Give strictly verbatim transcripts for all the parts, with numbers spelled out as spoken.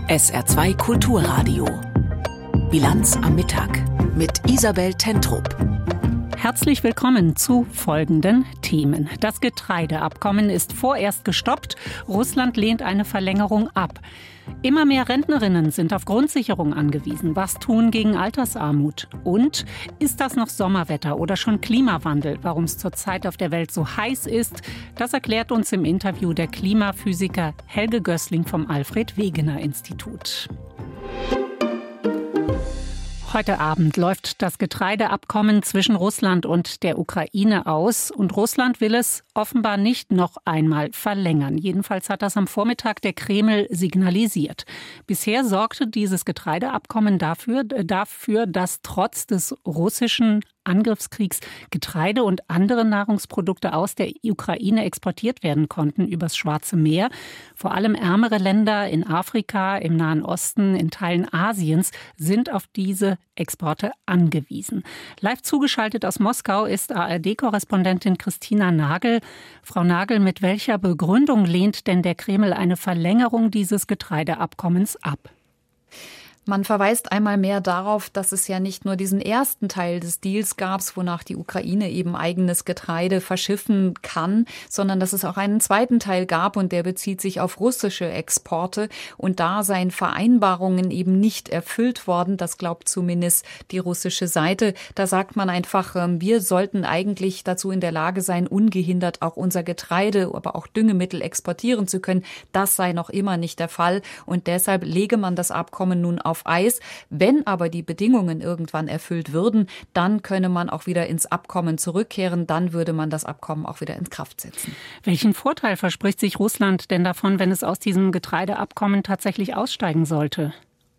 S R zwei Kulturradio. Bilanz am Mittag mit Isabel Tentrup. Herzlich willkommen zu folgenden Themen. Das Getreideabkommen ist vorerst gestoppt. Russland lehnt eine Verlängerung ab. Immer mehr Rentnerinnen sind auf Grundsicherung angewiesen. Was tun gegen Altersarmut? Und ist das noch Sommerwetter oder schon Klimawandel? Warum es zurzeit auf der Welt so heiß ist, das erklärt uns im Interview der Klimaphysiker Helge Gößling vom Alfred-Wegener-Institut. Heute Abend läuft das Getreideabkommen zwischen Russland und der Ukraine aus. Und Russland will es offenbar nicht noch einmal verlängern. Jedenfalls hat das am Vormittag der Kreml signalisiert. Bisher sorgte dieses Getreideabkommen dafür, dafür, dass trotz des russischen Angriffskriegs Getreide und andere Nahrungsprodukte aus der Ukraine exportiert werden konnten übers Schwarze Meer. Vor allem ärmere Länder in Afrika, im Nahen Osten, in Teilen Asiens sind auf diese Exporte angewiesen. Live zugeschaltet aus Moskau ist A R D-Korrespondentin Christina Nagel. Frau Nagel, mit welcher Begründung lehnt denn der Kreml eine Verlängerung dieses Getreideabkommens ab? Man verweist einmal mehr darauf, dass es ja nicht nur diesen ersten Teil des Deals gab, wonach die Ukraine eben eigenes Getreide verschiffen kann, sondern dass es auch einen zweiten Teil gab und der bezieht sich auf russische Exporte. Und da seien Vereinbarungen eben nicht erfüllt worden, das glaubt zumindest die russische Seite. Da sagt man einfach, wir sollten eigentlich dazu in der Lage sein, ungehindert auch unser Getreide, aber auch Düngemittel exportieren zu können. Das sei noch immer nicht der Fall und deshalb lege man das Abkommen nun auf Eis. Wenn aber die Bedingungen irgendwann erfüllt würden, dann könne man auch wieder ins Abkommen zurückkehren. Dann würde man das Abkommen auch wieder in Kraft setzen. Welchen Vorteil verspricht sich Russland denn davon, wenn es aus diesem Getreideabkommen tatsächlich aussteigen sollte?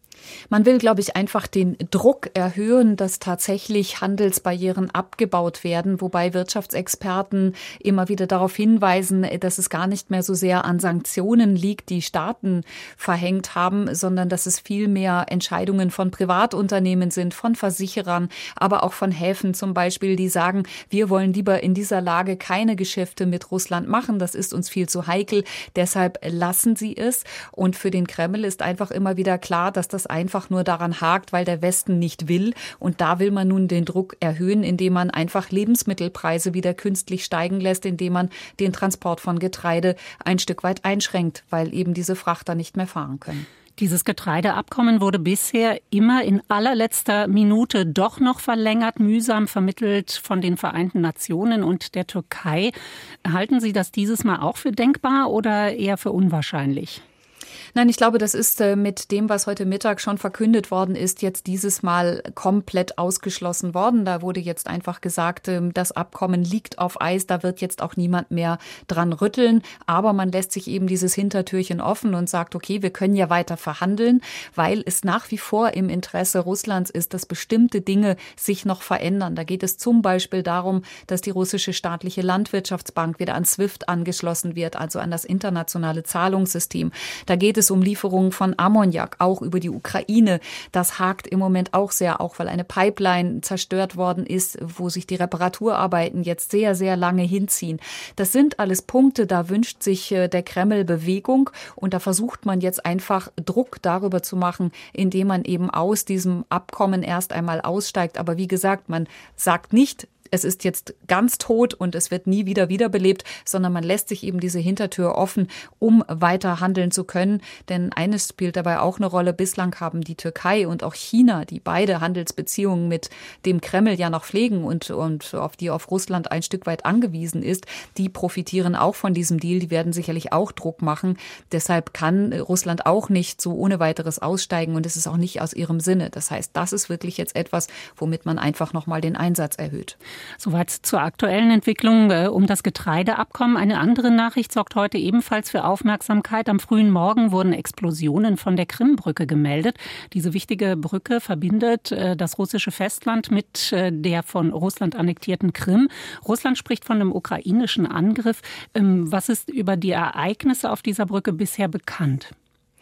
Man will, glaube ich, einfach den Druck erhöhen, dass tatsächlich Handelsbarrieren abgebaut werden, wobei Wirtschaftsexperten immer wieder darauf hinweisen, dass es gar nicht mehr so sehr an Sanktionen liegt, die Staaten verhängt haben, sondern dass es viel mehr Entscheidungen von Privatunternehmen sind, von Versicherern, aber auch von Häfen zum Beispiel, die sagen, wir wollen lieber in dieser Lage keine Geschäfte mit Russland machen, das ist uns viel zu heikel, deshalb lassen sie es. Und für den Kreml ist einfach immer wieder klar, dass das einfach nur daran hakt, weil der Westen nicht will. Und da will man nun den Druck erhöhen, indem man einfach Lebensmittelpreise wieder künstlich steigen lässt, indem man den Transport von Getreide ein Stück weit einschränkt, weil eben diese Frachter nicht mehr fahren können. Dieses Getreideabkommen wurde bisher immer in allerletzter Minute doch noch verlängert, mühsam vermittelt von den Vereinten Nationen und der Türkei. Halten Sie das dieses Mal auch für denkbar oder eher für unwahrscheinlich? Nein, ich glaube, das ist mit dem, was heute Mittag schon verkündet worden ist, jetzt dieses Mal komplett ausgeschlossen worden. Da wurde jetzt einfach gesagt, das Abkommen liegt auf Eis, da wird jetzt auch niemand mehr dran rütteln. Aber man lässt sich eben dieses Hintertürchen offen und sagt, okay, wir können ja weiter verhandeln, weil es nach wie vor im Interesse Russlands ist, dass bestimmte Dinge sich noch verändern. Da geht es zum Beispiel darum, dass die russische staatliche Landwirtschaftsbank wieder an SWIFT angeschlossen wird, also an das internationale Zahlungssystem. Da geht es um Lieferungen von Ammoniak, auch über die Ukraine. Das hakt im Moment auch sehr, auch weil eine Pipeline zerstört worden ist, wo sich die Reparaturarbeiten jetzt sehr, sehr lange hinziehen. Das sind alles Punkte, da wünscht sich der Kreml Bewegung und da versucht man jetzt einfach Druck darüber zu machen, indem man eben aus diesem Abkommen erst einmal aussteigt. Aber wie gesagt, man sagt nicht, es ist jetzt ganz tot und es wird nie wieder wiederbelebt, sondern man lässt sich eben diese Hintertür offen, um weiter handeln zu können. Denn eines spielt dabei auch eine Rolle. Bislang haben die Türkei und auch China, die beide Handelsbeziehungen mit dem Kreml ja noch pflegen und, und auf die auf Russland ein Stück weit angewiesen ist, die profitieren auch von diesem Deal. Die werden sicherlich auch Druck machen. Deshalb kann Russland auch nicht so ohne weiteres aussteigen und es ist auch nicht aus ihrem Sinne. Das heißt, das ist wirklich jetzt etwas, womit man einfach nochmal den Einsatz erhöht. Soweit zur aktuellen Entwicklung äh, um das Getreideabkommen. Eine andere Nachricht sorgt heute ebenfalls für Aufmerksamkeit. Am frühen Morgen wurden Explosionen von der Krimbrücke gemeldet. Diese wichtige Brücke verbindet äh, das russische Festland mit äh, der von Russland annektierten Krim. Russland spricht von einem ukrainischen Angriff. Ähm, was ist über die Ereignisse auf dieser Brücke bisher bekannt?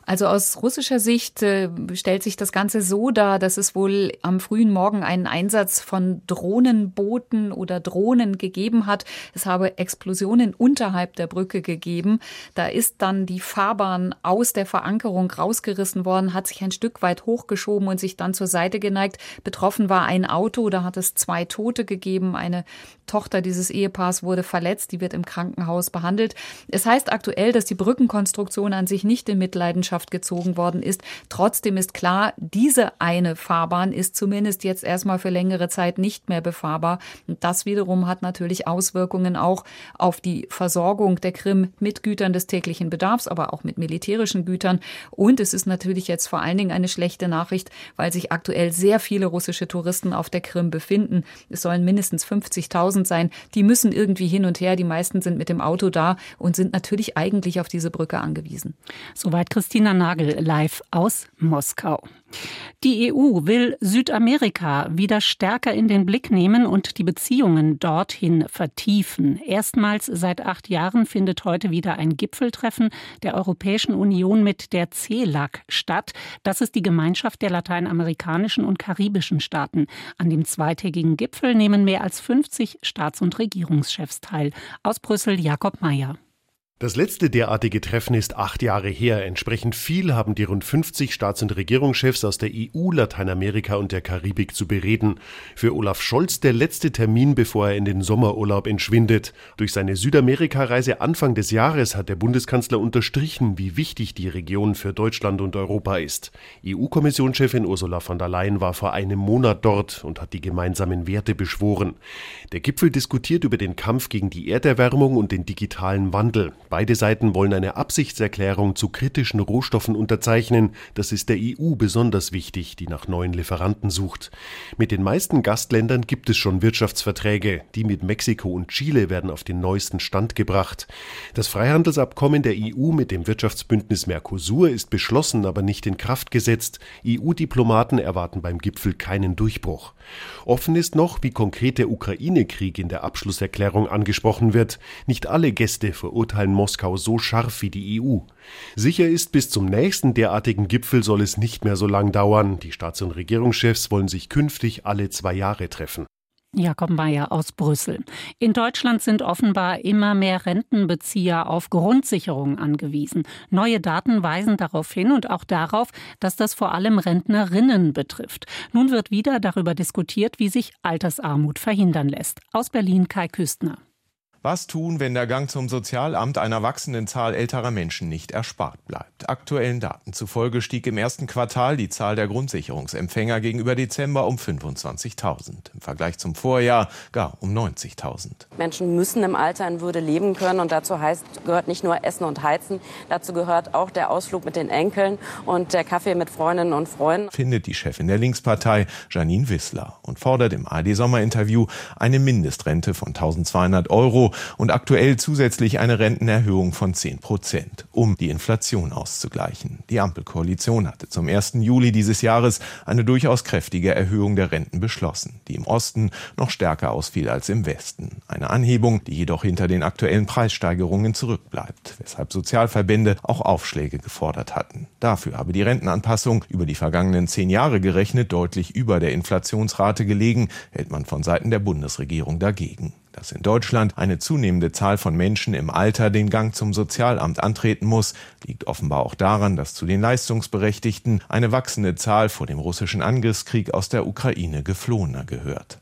Also aus russischer Sicht äh, stellt sich das Ganze so dar, dass es wohl am frühen Morgen einen Einsatz von Drohnenbooten oder Drohnen gegeben hat. Es habe Explosionen unterhalb der Brücke gegeben. Da ist dann die Fahrbahn aus der Verankerung rausgerissen worden, hat sich ein Stück weit hochgeschoben und sich dann zur Seite geneigt. Betroffen war ein Auto, da hat es zwei Tote gegeben. Eine Tochter dieses Ehepaars wurde verletzt, die wird im Krankenhaus behandelt. Es heißt aktuell, dass die Brückenkonstruktion an sich nicht in Mitleidenschaft gezogen worden ist. Trotzdem ist klar, diese eine Fahrbahn ist zumindest jetzt erstmal für längere Zeit nicht mehr befahrbar. Und das wiederum hat natürlich Auswirkungen auch auf die Versorgung der Krim mit Gütern des täglichen Bedarfs, aber auch mit militärischen Gütern. Und es ist natürlich jetzt vor allen Dingen eine schlechte Nachricht, weil sich aktuell sehr viele russische Touristen auf der Krim befinden. Es sollen mindestens fünfzigtausend sein. Die müssen irgendwie hin und her. Die meisten sind mit dem Auto da und sind natürlich eigentlich auf diese Brücke angewiesen. Soweit Christina Nagel live aus Moskau. Die E U will Südamerika wieder stärker in den Blick nehmen und die Beziehungen dorthin vertiefen. Erstmals seit acht Jahren findet heute wieder ein Gipfeltreffen der Europäischen Union mit der C E L A C statt. Das ist die Gemeinschaft der lateinamerikanischen und karibischen Staaten. An dem zweitägigen Gipfel nehmen mehr als fünfzig Staats- und Regierungschefs teil. Aus Brüssel Jakob Mayer. Das letzte derartige Treffen ist acht Jahre her. Entsprechend viel haben die rund fünfzig Staats- und Regierungschefs aus der E U, Lateinamerika und der Karibik zu bereden. Für Olaf Scholz der letzte Termin, bevor er in den Sommerurlaub entschwindet. Durch seine Südamerika-Reise Anfang des Jahres hat der Bundeskanzler unterstrichen, wie wichtig die Region für Deutschland und Europa ist. E U-Kommissionschefin Ursula von der Leyen war vor einem Monat dort und hat die gemeinsamen Werte beschworen. Der Gipfel diskutiert über den Kampf gegen die Erderwärmung und den digitalen Wandel. Beide Seiten wollen eine Absichtserklärung zu kritischen Rohstoffen unterzeichnen. Das ist der E U besonders wichtig, die nach neuen Lieferanten sucht. Mit den meisten Gastländern gibt es schon Wirtschaftsverträge. Die mit Mexiko und Chile werden auf den neuesten Stand gebracht. Das Freihandelsabkommen der E U mit dem Wirtschaftsbündnis Mercosur ist beschlossen, aber nicht in Kraft gesetzt. E U-Diplomaten erwarten beim Gipfel keinen Durchbruch. Offen ist noch, wie konkret der Ukraine-Krieg in der Abschlusserklärung angesprochen wird. Nicht alle Gäste verurteilen Moskau so scharf wie die E U. Sicher ist, bis zum nächsten derartigen Gipfel soll es nicht mehr so lang dauern. Die Staats- und Regierungschefs wollen sich künftig alle zwei Jahre treffen. Jakob Mayer aus Brüssel. In Deutschland sind offenbar immer mehr Rentenbezieher auf Grundsicherung angewiesen. Neue Daten weisen darauf hin und auch darauf, dass das vor allem Rentnerinnen betrifft. Nun wird wieder darüber diskutiert, wie sich Altersarmut verhindern lässt. Aus Berlin Kai Küstner. Was tun, wenn der Gang zum Sozialamt einer wachsenden Zahl älterer Menschen nicht erspart bleibt? Aktuellen Daten zufolge stieg im ersten Quartal die Zahl der Grundsicherungsempfänger gegenüber Dezember um fünfundzwanzigtausend. Im Vergleich zum Vorjahr gar um neunzigtausend. Menschen müssen im Alter in Würde leben können und dazu heißt, gehört nicht nur Essen und Heizen, dazu gehört auch der Ausflug mit den Enkeln und der Kaffee mit Freundinnen und Freunden. Findet die Chefin der Linkspartei Janine Wissler und fordert im A R D-Sommerinterview eine Mindestrente von eintausendzweihundert Euro und aktuell zusätzlich eine Rentenerhöhung von zehn Prozent, um die Inflation auszugleichen. Die Ampelkoalition hatte zum ersten Juli dieses Jahres eine durchaus kräftige Erhöhung der Renten beschlossen, die im Osten noch stärker ausfiel als im Westen. Eine Anhebung, die jedoch hinter den aktuellen Preissteigerungen zurückbleibt, weshalb Sozialverbände auch Aufschläge gefordert hatten. Dafür habe die Rentenanpassung über die vergangenen zehn Jahre gerechnet deutlich über der Inflationsrate gelegen, hält man von Seiten der Bundesregierung dagegen. Dass in Deutschland eine zunehmende Zahl von Menschen im Alter den Gang zum Sozialamt antreten muss, liegt offenbar auch daran, dass zu den Leistungsberechtigten eine wachsende Zahl vor dem russischen Angriffskrieg aus der Ukraine Geflohener gehört.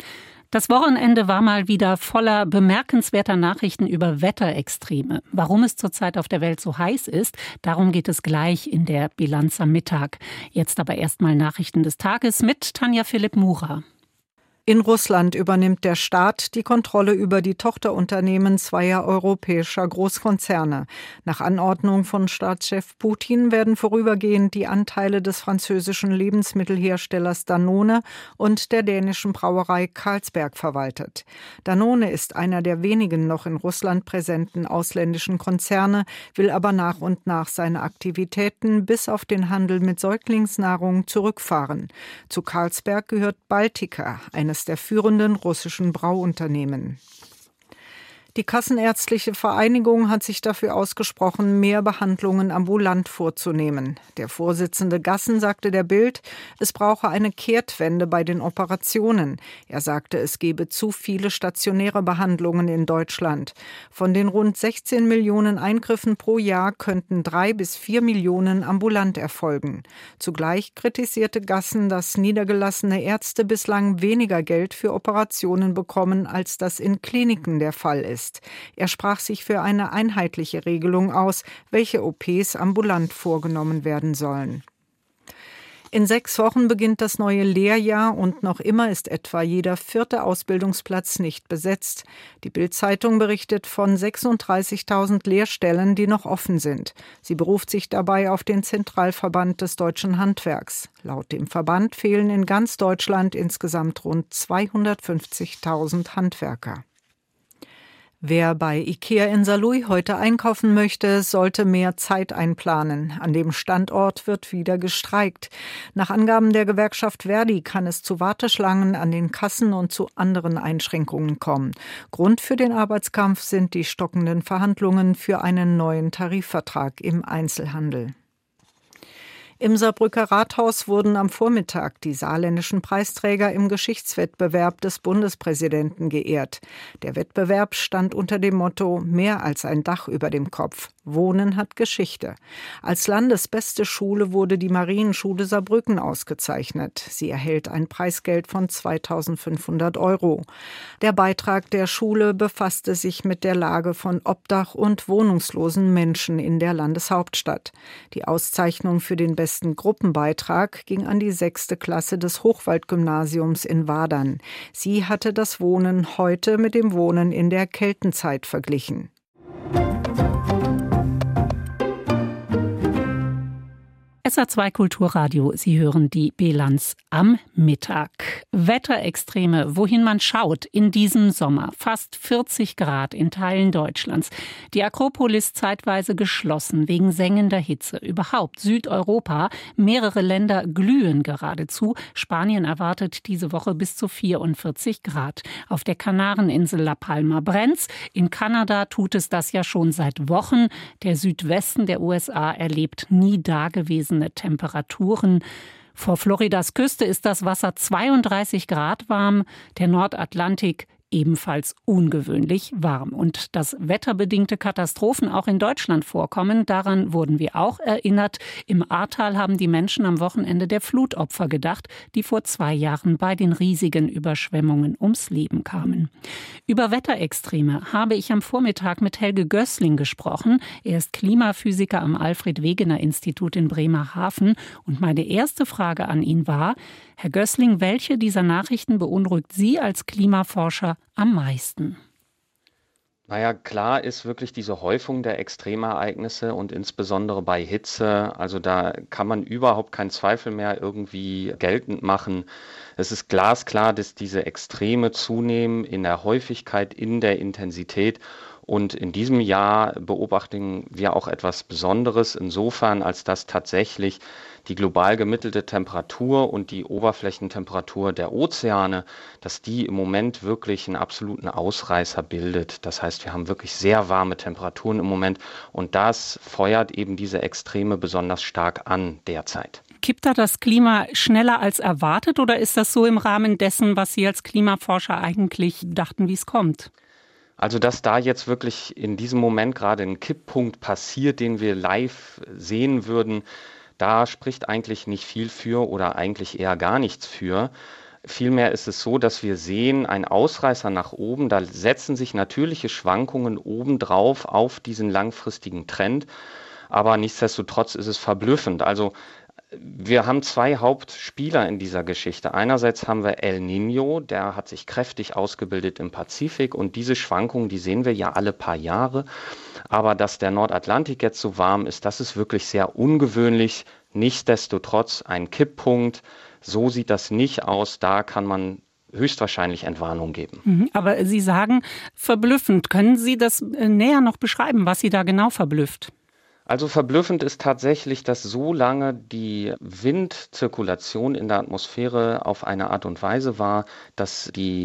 Das Wochenende war mal wieder voller bemerkenswerter Nachrichten über Wetterextreme. Warum es zurzeit auf der Welt so heiß ist, darum geht es gleich in der Bilanz am Mittag. Jetzt aber erstmal Nachrichten des Tages mit Tanja Philipp Murer. In Russland übernimmt der Staat die Kontrolle über die Tochterunternehmen zweier europäischer Großkonzerne. Nach Anordnung von Staatschef Putin werden vorübergehend die Anteile des französischen Lebensmittelherstellers Danone und der dänischen Brauerei Carlsberg verwaltet. Danone ist einer der wenigen noch in Russland präsenten ausländischen Konzerne, will aber nach und nach seine Aktivitäten bis auf den Handel mit Säuglingsnahrung zurückfahren. Zu Carlsberg gehört Baltika, eines der führenden russischen Brauunternehmen. Die Kassenärztliche Vereinigung hat sich dafür ausgesprochen, mehr Behandlungen ambulant vorzunehmen. Der Vorsitzende Gassen sagte der Bild, es brauche eine Kehrtwende bei den Operationen. Er sagte, es gebe zu viele stationäre Behandlungen in Deutschland. Von den rund sechzehn Millionen Eingriffen pro Jahr könnten drei bis vier Millionen ambulant erfolgen. Zugleich kritisierte Gassen, dass niedergelassene Ärzte bislang weniger Geld für Operationen bekommen, als das in Kliniken der Fall ist. Er sprach sich für eine einheitliche Regelung aus, welche O Ps ambulant vorgenommen werden sollen. In sechs Wochen beginnt das neue Lehrjahr und noch immer ist etwa jeder vierte Ausbildungsplatz nicht besetzt. Die Bild-Zeitung berichtet von sechsunddreißigtausend Lehrstellen, die noch offen sind. Sie beruft sich dabei auf den Zentralverband des deutschen Handwerks. Laut dem Verband fehlen in ganz Deutschland insgesamt rund zweihundertfünfzigtausend Handwerker. Wer bei IKEA in Saarlouis heute einkaufen möchte, sollte mehr Zeit einplanen. An dem Standort wird wieder gestreikt. Nach Angaben der Gewerkschaft Verdi kann es zu Warteschlangen an den Kassen und zu anderen Einschränkungen kommen. Grund für den Arbeitskampf sind die stockenden Verhandlungen für einen neuen Tarifvertrag im Einzelhandel. Im Saarbrücker Rathaus wurden am Vormittag die saarländischen Preisträger im Geschichtswettbewerb des Bundespräsidenten geehrt. Der Wettbewerb stand unter dem Motto „Mehr als ein Dach über dem Kopf. Wohnen hat Geschichte“. Als landesbeste Schule wurde die Marienschule Saarbrücken ausgezeichnet. Sie erhält ein Preisgeld von zweitausendfünfhundert Euro. Der Beitrag der Schule befasste sich mit der Lage von obdach- und wohnungslosen Menschen in der Landeshauptstadt. Die Auszeichnung für den besten Gruppenbeitrag ging an die sechste Klasse des Hochwaldgymnasiums in Wadern. Sie hatte das Wohnen heute mit dem Wohnen in der Keltenzeit verglichen. S R zwei Kulturradio, Sie hören die Bilanz am Mittag. Wetterextreme, wohin man schaut in diesem Sommer. Fast vierzig Grad in Teilen Deutschlands. Die Akropolis zeitweise geschlossen wegen sengender Hitze. Überhaupt Südeuropa, mehrere Länder glühen geradezu. Spanien erwartet diese Woche bis zu vierundvierzig Grad. Auf der Kanareninsel La Palma brennt's. In Kanada tut es das ja schon seit Wochen. Der Südwesten der U S A erlebt nie dagewesene Temperaturen. Vor Floridas Küste ist das Wasser zweiunddreißig Grad warm, der Nordatlantik ebenfalls ungewöhnlich warm. Und dass wetterbedingte Katastrophen auch in Deutschland vorkommen, daran wurden wir auch erinnert. Im Ahrtal haben die Menschen am Wochenende der Flutopfer gedacht, die vor zwei Jahren bei den riesigen Überschwemmungen ums Leben kamen. Über Wetterextreme habe ich am Vormittag mit Helge Gößling gesprochen. Er ist Klimaphysiker am Alfred-Wegener-Institut in Bremerhaven. Und meine erste Frage an ihn war: Herr Gößling, welche dieser Nachrichten beunruhigt Sie als Klimaforscher am meisten? Naja, klar ist wirklich diese Häufung der Extremereignisse und insbesondere bei Hitze. Also da kann man überhaupt keinen Zweifel mehr irgendwie geltend machen. Es ist glasklar, dass diese Extreme zunehmen in der Häufigkeit, in der Intensität. Und in diesem Jahr beobachten wir auch etwas Besonderes insofern, als dass tatsächlich die global gemittelte Temperatur und die Oberflächentemperatur der Ozeane, dass die im Moment wirklich einen absoluten Ausreißer bildet. Das heißt, wir haben wirklich sehr warme Temperaturen im Moment und das feuert eben diese Extreme besonders stark an derzeit. Kippt da das Klima schneller als erwartet oder ist das so im Rahmen dessen, was Sie als Klimaforscher eigentlich dachten, wie es kommt? Also, dass da jetzt wirklich in diesem Moment gerade ein Kipppunkt passiert, den wir live sehen würden, da spricht eigentlich nicht viel für oder eigentlich eher gar nichts für. Vielmehr ist es so, dass wir sehen, ein Ausreißer nach oben, da setzen sich natürliche Schwankungen obendrauf auf diesen langfristigen Trend. Aber nichtsdestotrotz ist es verblüffend. Also wir haben zwei Hauptspieler in dieser Geschichte. Einerseits haben wir El Niño, der hat sich kräftig ausgebildet im Pazifik und diese Schwankungen, die sehen wir ja alle paar Jahre. Aber dass der Nordatlantik jetzt so warm ist, das ist wirklich sehr ungewöhnlich. Nichtsdestotrotz ein Kipppunkt. So sieht das nicht aus. Da kann man höchstwahrscheinlich Entwarnung geben. Aber Sie sagen verblüffend. Können Sie das näher noch beschreiben, was Sie da genau verblüfft? Also verblüffend ist tatsächlich, dass so lange die Windzirkulation in der Atmosphäre auf eine Art und Weise war, dass die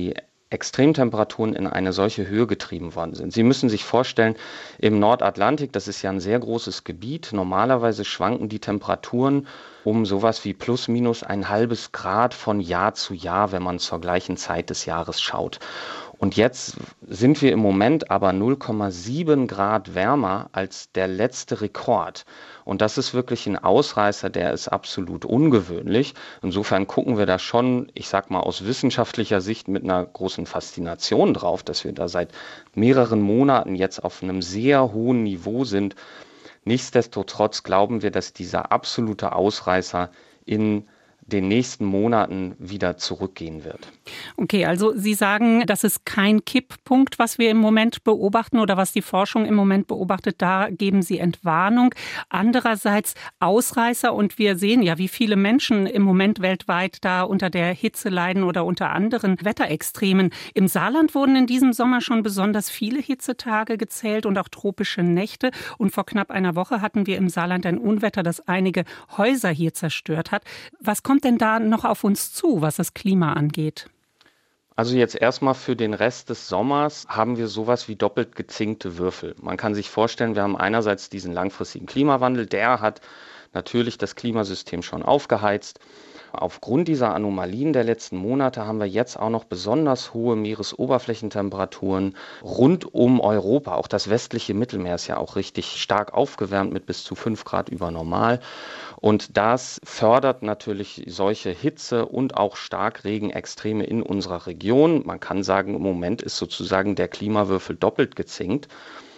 Extremtemperaturen in eine solche Höhe getrieben worden sind. Sie müssen sich vorstellen, im Nordatlantik, das ist ja ein sehr großes Gebiet, normalerweise schwanken die Temperaturen um sowas wie plus minus ein halbes Grad von Jahr zu Jahr, wenn man zur gleichen Zeit des Jahres schaut. Und jetzt sind wir im Moment aber null Komma sieben Grad wärmer als der letzte Rekord. Und das ist wirklich ein Ausreißer, der ist absolut ungewöhnlich. Insofern gucken wir da schon, ich sag mal aus wissenschaftlicher Sicht mit einer großen Faszination drauf, dass wir da seit mehreren Monaten jetzt auf einem sehr hohen Niveau sind. Nichtsdestotrotz glauben wir, dass dieser absolute Ausreißer in den nächsten Monaten wieder zurückgehen wird. Okay, also Sie sagen, das ist kein Kipppunkt, was wir im Moment beobachten oder was die Forschung im Moment beobachtet. Da geben Sie Entwarnung. Andererseits Ausreißer und wir sehen ja, wie viele Menschen im Moment weltweit da unter der Hitze leiden oder unter anderen Wetterextremen. Im Saarland wurden in diesem Sommer schon besonders viele Hitzetage gezählt und auch tropische Nächte. Und vor knapp einer Woche hatten wir im Saarland ein Unwetter, das einige Häuser hier zerstört hat. Was kommt denn da noch auf uns zu, was das Klima angeht? Also jetzt erstmal für den Rest des Sommers haben wir sowas wie doppelt gezinkte Würfel. Man kann sich vorstellen, wir haben einerseits diesen langfristigen Klimawandel, der hat natürlich das Klimasystem schon aufgeheizt. Aufgrund dieser Anomalien der letzten Monate haben wir jetzt auch noch besonders hohe Meeresoberflächentemperaturen rund um Europa. Auch das westliche Mittelmeer ist ja auch richtig stark aufgewärmt mit bis zu fünf Grad über Normal. Und das fördert natürlich solche Hitze und auch Starkregenextreme in unserer Region. Man kann sagen, im Moment ist sozusagen der Klimawürfel doppelt gezinkt.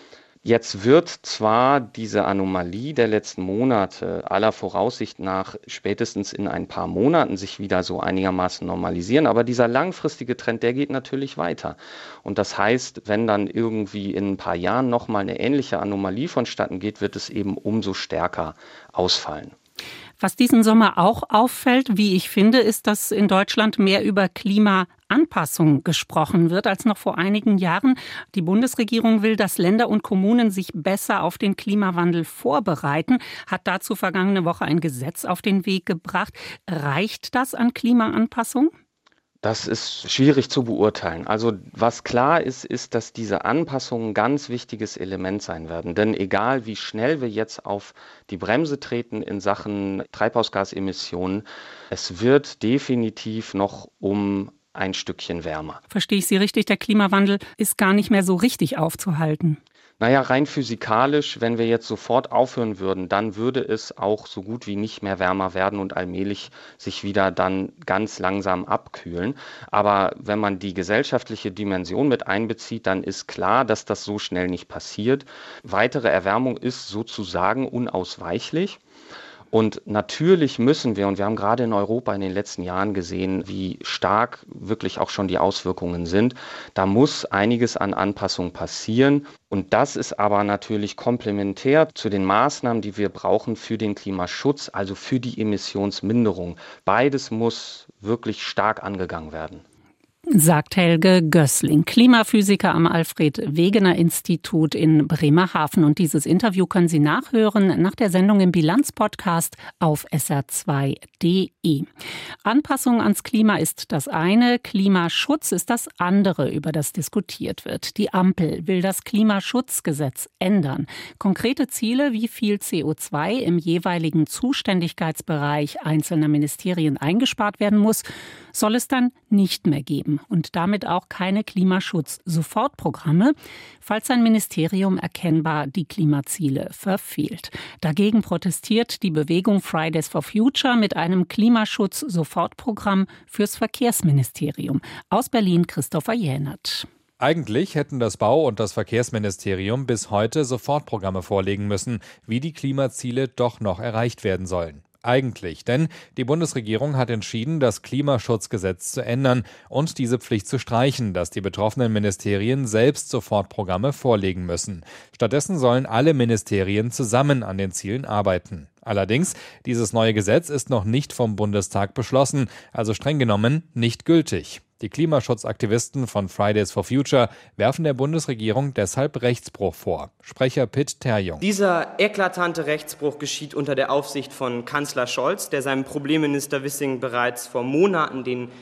Jetzt wird zwar diese Anomalie der letzten Monate aller Voraussicht nach spätestens in ein paar Monaten sich wieder so einigermaßen normalisieren, aber dieser langfristige Trend, der geht natürlich weiter. Und das heißt, wenn dann irgendwie in ein paar Jahren nochmal eine ähnliche Anomalie vonstatten geht, wird es eben umso stärker ausfallen. Was diesen Sommer auch auffällt, wie ich finde, ist, dass in Deutschland mehr über Klimaanpassung gesprochen wird als noch vor einigen Jahren. Die Bundesregierung will, dass Länder und Kommunen sich besser auf den Klimawandel vorbereiten, hat dazu vergangene Woche ein Gesetz auf den Weg gebracht. Reicht das an Klimaanpassung? Das ist schwierig zu beurteilen. Also was klar ist, ist, dass diese Anpassungen ein ganz wichtiges Element sein werden. Denn egal wie schnell wir jetzt auf die Bremse treten in Sachen Treibhausgasemissionen, es wird definitiv noch um ein Stückchen wärmer. Verstehe ich Sie richtig? Der Klimawandel ist gar nicht mehr so richtig aufzuhalten. Naja, rein physikalisch, wenn wir jetzt sofort aufhören würden, dann würde es auch so gut wie nicht mehr wärmer werden und allmählich sich wieder dann ganz langsam abkühlen. Aber wenn man die gesellschaftliche Dimension mit einbezieht, dann ist klar, dass das so schnell nicht passiert. Weitere Erwärmung ist sozusagen unausweichlich. Und natürlich müssen wir, und wir haben gerade in Europa in den letzten Jahren gesehen, wie stark wirklich auch schon die Auswirkungen sind, da muss einiges an Anpassung passieren. Und das ist aber natürlich komplementär zu den Maßnahmen, die wir brauchen für den Klimaschutz, also für die Emissionsminderung. Beides muss wirklich stark angegangen werden. Sagt Helge Gößling, Klimaphysiker am Alfred-Wegener-Institut in Bremerhaven. Und dieses Interview können Sie nachhören nach der Sendung im Bilanz-Podcast auf S R zwei Punkt de. Anpassung ans Klima ist das eine, Klimaschutz ist das andere, über das diskutiert wird. Die Ampel will das Klimaschutzgesetz ändern. Konkrete Ziele, wie viel C O zwei im jeweiligen Zuständigkeitsbereich einzelner Ministerien eingespart werden muss, soll es dann nicht mehr geben. Und damit auch keine Klimaschutz-Sofortprogramme, falls ein Ministerium erkennbar die Klimaziele verfehlt. Dagegen protestiert die Bewegung Fridays for Future mit einem Klimaschutz-Sofortprogramm fürs Verkehrsministerium. Aus Berlin Christopher Jähnert. Eigentlich hätten das Bau- und das Verkehrsministerium bis heute Sofortprogramme vorlegen müssen, wie die Klimaziele doch noch erreicht werden sollen. Eigentlich, denn die Bundesregierung hat entschieden, das Klimaschutzgesetz zu ändern und diese Pflicht zu streichen, dass die betroffenen Ministerien selbst Sofortprogramme vorlegen müssen. Stattdessen sollen alle Ministerien zusammen an den Zielen arbeiten. Allerdings, dieses neue Gesetz ist noch nicht vom Bundestag beschlossen, also streng genommen nicht gültig. Die Klimaschutzaktivisten von Fridays for Future werfen der Bundesregierung deshalb Rechtsbruch vor. Sprecher Pitt Terjung. Dieser eklatante Rechtsbruch geschieht unter der Aufsicht von Kanzler Scholz, der seinem Problemminister Wissing bereits vor Monaten den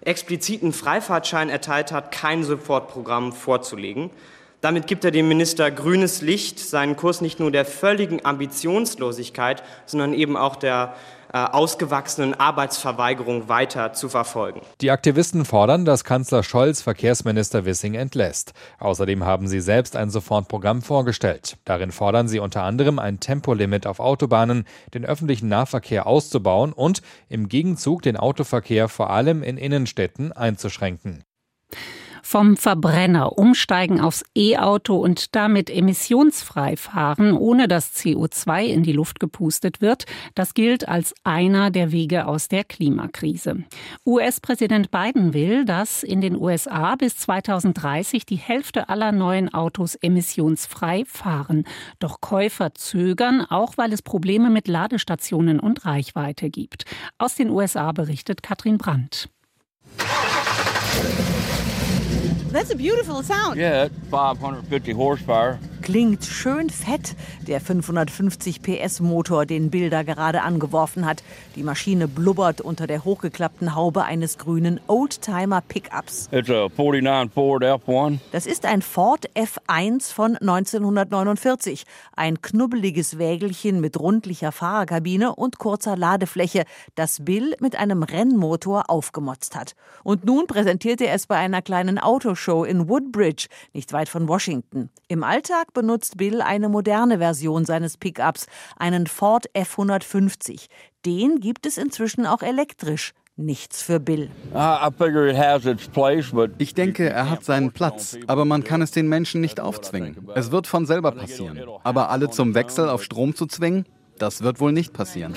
expliziten Freifahrtschein erteilt hat, kein Sofortprogramm vorzulegen. Damit gibt er dem Minister grünes Licht, seinen Kurs nicht nur der völligen Ambitionslosigkeit, sondern eben auch der äh, ausgewachsenen Arbeitsverweigerung weiter zu verfolgen. Die Aktivisten fordern, dass Kanzler Scholz Verkehrsminister Wissing entlässt. Außerdem haben sie selbst ein Sofortprogramm vorgestellt. Darin fordern sie unter anderem ein Tempolimit auf Autobahnen, den öffentlichen Nahverkehr auszubauen und im Gegenzug den Autoverkehr vor allem in Innenstädten einzuschränken. Vom Verbrenner umsteigen aufs E-Auto und damit emissionsfrei fahren, ohne dass C O zwei in die Luft gepustet wird, das gilt als einer der Wege aus der Klimakrise. U S-Präsident Biden will, dass in den U S A bis zweitausenddreißig die Hälfte aller neuen Autos emissionsfrei fahren. Doch Käufer zögern, auch weil es Probleme mit Ladestationen und Reichweite gibt. Aus den U S A berichtet Katrin Brandt. That's a beautiful sound. Yeah, five hundred fifty horsepower. Klingt schön fett, der fünfhundertfünfzig P S Motor, den Bilder gerade angeworfen hat. Die Maschine blubbert unter der hochgeklappten Haube eines grünen Oldtimer-Pickups. It's a forty-nine Ford F one. Das ist ein Ford F eins von neunzehnhundertneunundvierzig. Ein knubbeliges Wägelchen mit rundlicher Fahrerkabine und kurzer Ladefläche, das Bill mit einem Rennmotor aufgemotzt hat. Und nun präsentiert er es bei einer kleinen Autoshow in Woodbridge, nicht weit von Washington. Im Alltag benutzt Bill eine moderne Version seines Pickups, einen Ford F hundertfünfzig. Den gibt es inzwischen auch elektrisch. Nichts für Bill. Ich denke, er hat seinen Platz, aber man kann es den Menschen nicht aufzwingen. Es wird von selber passieren. Aber alle zum Wechsel auf Strom zu zwingen, das wird wohl nicht passieren.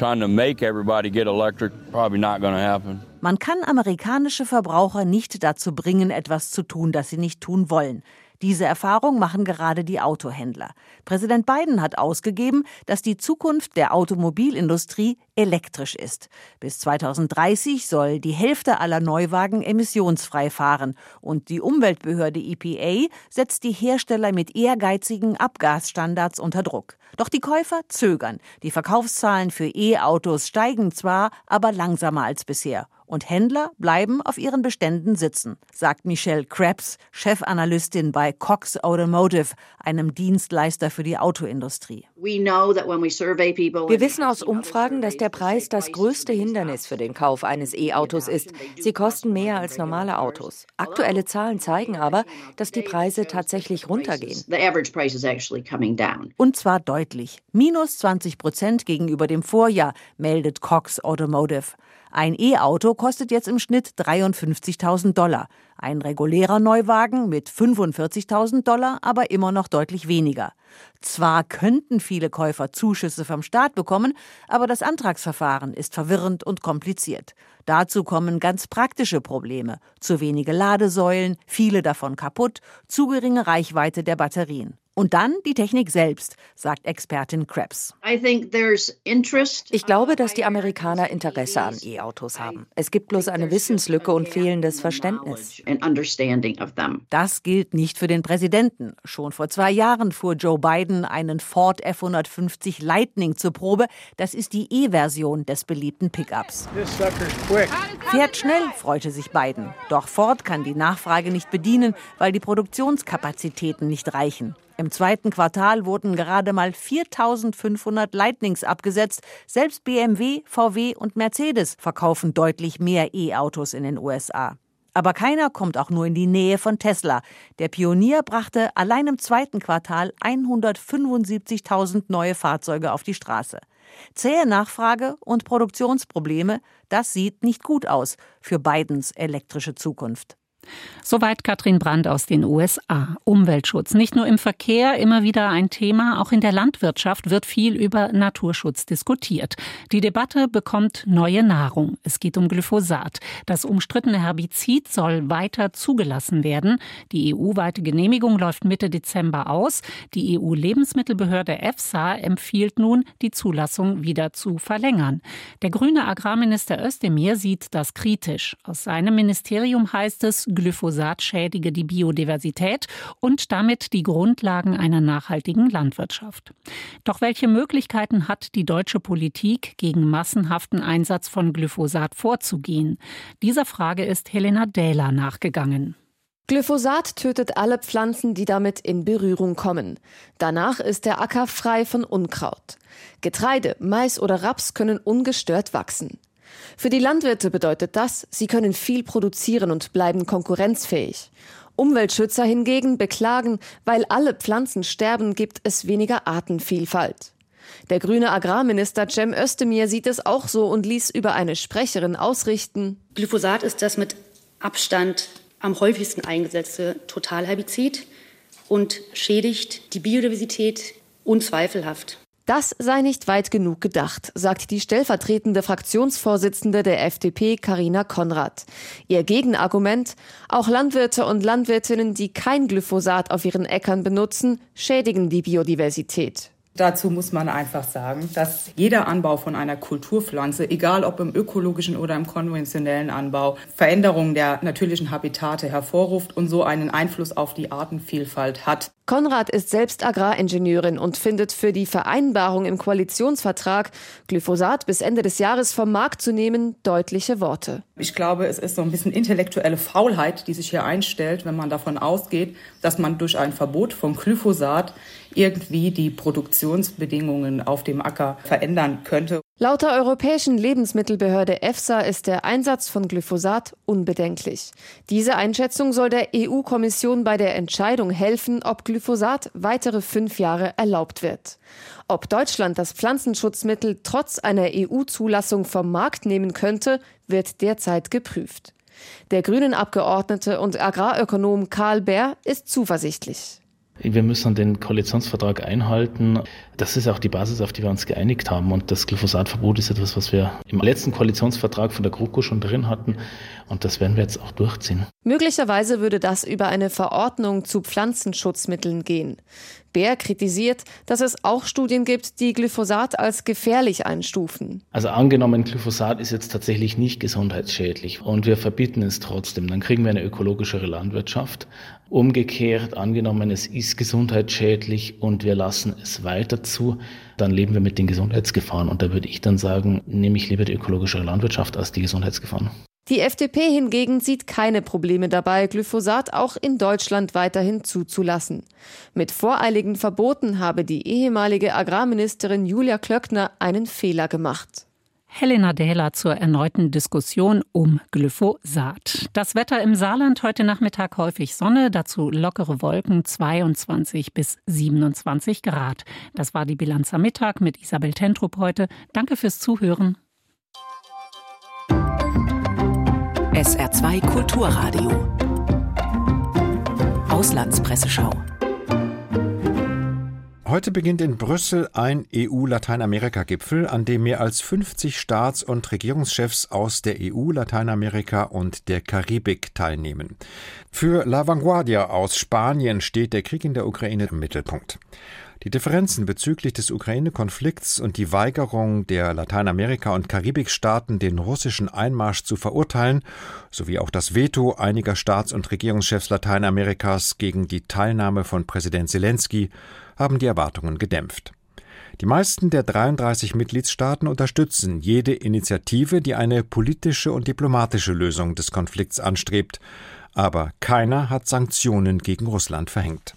Man kann amerikanische Verbraucher nicht dazu bringen, etwas zu tun, das sie nicht tun wollen. Diese Erfahrung machen gerade die Autohändler. Präsident Biden hat ausgegeben, dass die Zukunft der Automobilindustrie elektrisch ist. Bis zweitausenddreißig soll die Hälfte aller Neuwagen emissionsfrei fahren. Und die Umweltbehörde E P A setzt die Hersteller mit ehrgeizigen Abgasstandards unter Druck. Doch die Käufer zögern. Die Verkaufszahlen für E-Autos steigen zwar, aber langsamer als bisher. Und Händler bleiben auf ihren Beständen sitzen, sagt Michelle Krebs, Chefanalystin bei Cox Automotive, einem Dienstleister für die Autoindustrie. Wir wissen aus Umfragen, dass der Preis das größte Hindernis für den Kauf eines E-Autos ist. Sie kosten mehr als normale Autos. Aktuelle Zahlen zeigen aber, dass die Preise tatsächlich runtergehen. Und zwar deutlich. Minus zwanzig Prozent gegenüber dem Vorjahr, meldet Cox Automotive. Ein E-Auto kostet jetzt im Schnitt dreiundfünfzigtausend Dollar. Ein regulärer Neuwagen mit fünfundvierzigtausend Dollar, aber immer noch deutlich weniger. Zwar könnten viele Käufer Zuschüsse vom Staat bekommen, aber das Antragsverfahren ist verwirrend und kompliziert. Dazu kommen ganz praktische Probleme. Zu wenige Ladesäulen, viele davon kaputt, zu geringe Reichweite der Batterien. Und dann die Technik selbst, sagt Expertin Krebs. Ich glaube, dass die Amerikaner Interesse an E-Autos haben. Es gibt bloß eine Wissenslücke und fehlendes Verständnis. Das gilt nicht für den Präsidenten. Schon vor zwei Jahren fuhr Joe Biden einen Ford F hundertfünfzig Lightning zur Probe. Das ist die E-Version des beliebten Pickups. Fährt schnell, freute sich Biden. Doch Ford kann die Nachfrage nicht bedienen, weil die Produktionskapazitäten nicht reichen. Im zweiten Quartal wurden gerade mal viertausendfünfhundert Lightnings abgesetzt. Selbst B M W, V W und Mercedes verkaufen deutlich mehr E-Autos in den U S A. Aber keiner kommt auch nur in die Nähe von Tesla. Der Pionier brachte allein im zweiten Quartal hundertfünfundsiebzigtausend neue Fahrzeuge auf die Straße. Zähe Nachfrage und Produktionsprobleme, das sieht nicht gut aus für Bidens elektrische Zukunft. Soweit Katrin Brandt aus den U S A. Umweltschutz. Nicht nur im Verkehr immer wieder ein Thema, auch in der Landwirtschaft wird viel über Naturschutz diskutiert. Die Debatte bekommt neue Nahrung. Es geht um Glyphosat. Das umstrittene Herbizid soll weiter zugelassen werden. Die E U-weite Genehmigung läuft Mitte Dezember aus. Die E U-Lebensmittelbehörde EFSA empfiehlt nun, die Zulassung wieder zu verlängern. Der grüne Agrarminister Özdemir sieht das kritisch. Aus seinem Ministerium heißt es, Glyphosat schädige die Biodiversität und damit die Grundlagen einer nachhaltigen Landwirtschaft. Doch welche Möglichkeiten hat die deutsche Politik, gegen massenhaften Einsatz von Glyphosat vorzugehen? Dieser Frage ist Helena Dähler nachgegangen. Glyphosat tötet alle Pflanzen, die damit in Berührung kommen. Danach ist der Acker frei von Unkraut. Getreide, Mais oder Raps können ungestört wachsen. Für die Landwirte bedeutet das, sie können viel produzieren und bleiben konkurrenzfähig. Umweltschützer hingegen beklagen, weil alle Pflanzen sterben, gibt es weniger Artenvielfalt. Der grüne Agrarminister Cem Özdemir sieht es auch so und ließ über eine Sprecherin ausrichten: Glyphosat ist das mit Abstand am häufigsten eingesetzte Totalherbizid und schädigt die Biodiversität unzweifelhaft. Das sei nicht weit genug gedacht, sagt die stellvertretende Fraktionsvorsitzende der F D P, Carina Konrad. Ihr Gegenargument: Auch Landwirte und Landwirtinnen, die kein Glyphosat auf ihren Äckern benutzen, schädigen die Biodiversität. Dazu muss man einfach sagen, dass jeder Anbau von einer Kulturpflanze, egal ob im ökologischen oder im konventionellen Anbau, Veränderungen der natürlichen Habitate hervorruft und so einen Einfluss auf die Artenvielfalt hat. Konrad ist selbst Agraringenieurin und findet für die Vereinbarung im Koalitionsvertrag, Glyphosat bis Ende des Jahres vom Markt zu nehmen, deutliche Worte. Ich glaube, es ist so ein bisschen intellektuelle Faulheit, die sich hier einstellt, wenn man davon ausgeht, dass man durch ein Verbot von Glyphosat irgendwie die Produktionsbedingungen auf dem Acker verändern könnte. Laut der Europäischen Lebensmittelbehörde EFSA ist der Einsatz von Glyphosat unbedenklich. Diese Einschätzung soll der E U-Kommission bei der Entscheidung helfen, ob Glyphosat weitere fünf Jahre erlaubt wird. Ob Deutschland das Pflanzenschutzmittel trotz einer E U-Zulassung vom Markt nehmen könnte, wird derzeit geprüft. Der Grünen-Abgeordnete und Agrarökonom Karl Bär ist zuversichtlich. Wir müssen den Koalitionsvertrag einhalten. Das ist auch die Basis, auf die wir uns geeinigt haben. Und das Glyphosatverbot ist etwas, was wir im letzten Koalitionsvertrag von der GroKo schon drin hatten. Und das werden wir jetzt auch durchziehen. Möglicherweise würde das über eine Verordnung zu Pflanzenschutzmitteln gehen. Bär kritisiert, dass es auch Studien gibt, die Glyphosat als gefährlich einstufen. Also angenommen, Glyphosat ist jetzt tatsächlich nicht gesundheitsschädlich und wir verbieten es trotzdem, dann kriegen wir eine ökologischere Landwirtschaft. Umgekehrt, angenommen, es ist gesundheitsschädlich und wir lassen es weiter zu, dann leben wir mit den Gesundheitsgefahren. Und da würde ich dann sagen, nehme ich lieber die ökologischere Landwirtschaft als die Gesundheitsgefahren. Die F D P hingegen sieht keine Probleme dabei, Glyphosat auch in Deutschland weiterhin zuzulassen. Mit voreiligen Verboten habe die ehemalige Agrarministerin Julia Klöckner einen Fehler gemacht. Helena Dähler zur erneuten Diskussion um Glyphosat. Das Wetter im Saarland heute Nachmittag häufig Sonne, dazu lockere Wolken, zweiundzwanzig bis siebenundzwanzig Grad. Das war die Bilanz am Mittag mit Isabel Tentrup heute. Danke fürs Zuhören. S R zwei Kulturradio. Auslandspresseschau. Heute beginnt in Brüssel ein E U-Lateinamerika-Gipfel, an dem mehr als fünfzig Staats- und Regierungschefs aus der E U, Lateinamerika und der Karibik teilnehmen. Für La Vanguardia aus Spanien steht der Krieg in der Ukraine im Mittelpunkt. Die Differenzen bezüglich des Ukraine-Konflikts und die Weigerung der Lateinamerika- und Karibikstaaten, den russischen Einmarsch zu verurteilen, sowie auch das Veto einiger Staats- und Regierungschefs Lateinamerikas gegen die Teilnahme von Präsident Zelensky haben die Erwartungen gedämpft. Die meisten der dreiunddreißig Mitgliedstaaten unterstützen jede Initiative, die eine politische und diplomatische Lösung des Konflikts anstrebt. Aber keiner hat Sanktionen gegen Russland verhängt.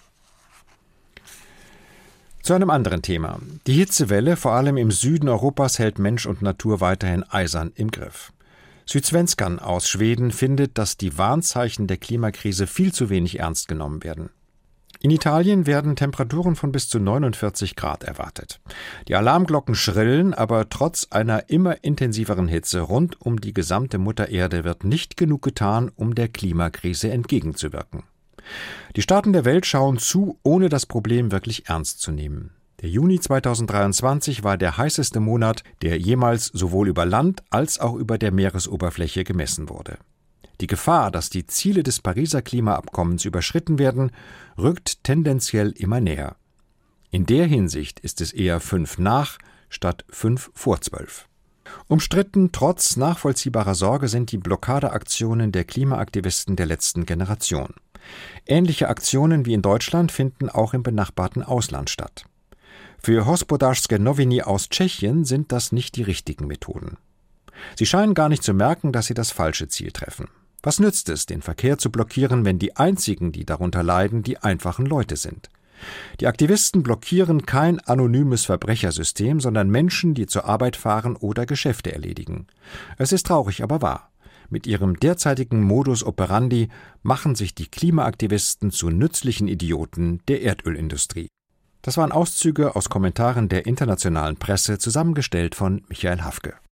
Zu einem anderen Thema. Die Hitzewelle, vor allem im Süden Europas, hält Mensch und Natur weiterhin eisern im Griff. Sydsvenskan aus Schweden findet, dass die Warnzeichen der Klimakrise viel zu wenig ernst genommen werden. In Italien werden Temperaturen von bis zu neunundvierzig Grad erwartet. Die Alarmglocken schrillen, aber trotz einer immer intensiveren Hitze rund um die gesamte Mutter Erde wird nicht genug getan, um der Klimakrise entgegenzuwirken. Die Staaten der Welt schauen zu, ohne das Problem wirklich ernst zu nehmen. Der Juni zweitausenddreiundzwanzig war der heißeste Monat, der jemals sowohl über Land als auch über der Meeresoberfläche gemessen wurde. Die Gefahr, dass die Ziele des Pariser Klimaabkommens überschritten werden, rückt tendenziell immer näher. In der Hinsicht ist es eher fünf nach statt fünf vor zwölf. Umstritten trotz nachvollziehbarer Sorge sind die Blockadeaktionen der Klimaaktivisten der letzten Generation. Ähnliche Aktionen wie in Deutschland finden auch im benachbarten Ausland statt. Für Hospodářské noviny aus Tschechien sind das nicht die richtigen Methoden. Sie scheinen gar nicht zu merken, dass sie das falsche Ziel treffen. Was nützt es, den Verkehr zu blockieren, wenn die einzigen, die darunter leiden, die einfachen Leute sind? Die Aktivisten blockieren kein anonymes Verbrechersystem, sondern Menschen, die zur Arbeit fahren oder Geschäfte erledigen. Es ist traurig, aber wahr. Mit ihrem derzeitigen Modus operandi machen sich die Klimaaktivisten zu nützlichen Idioten der Erdölindustrie. Das waren Auszüge aus Kommentaren der internationalen Presse, zusammengestellt von Michael Hafke.